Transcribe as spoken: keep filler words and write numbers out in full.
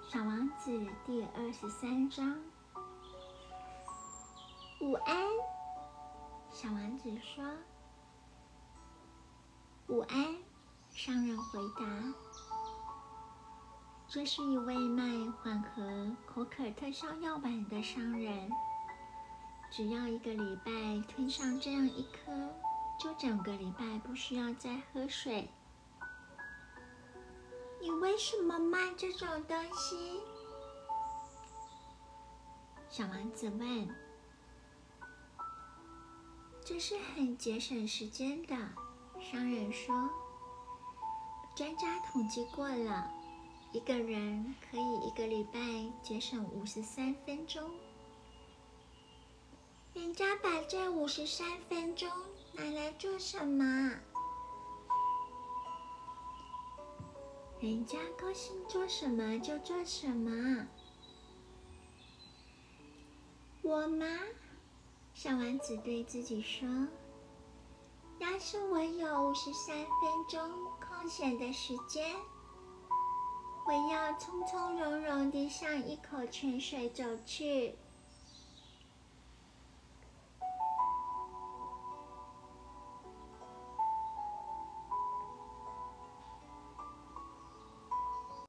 小王子第二十三章。午安，小王子说。午安，商人回答。这是一位卖缓和口渴特效药丸的商人，只要一个礼拜吞上这样一颗，就整个礼拜不需要再喝水。你为什么卖这种东西？小王子问。这是很节省时间的，商人说。专家统计过了，一个人可以一个礼拜节省五十三分钟。人家把这五十三分钟拿来做什么？人家高兴做什么就做什么。我吗？小王子对自己说，要是我有五十三分钟空闲的时间，我要从从容容地向一口泉水走去。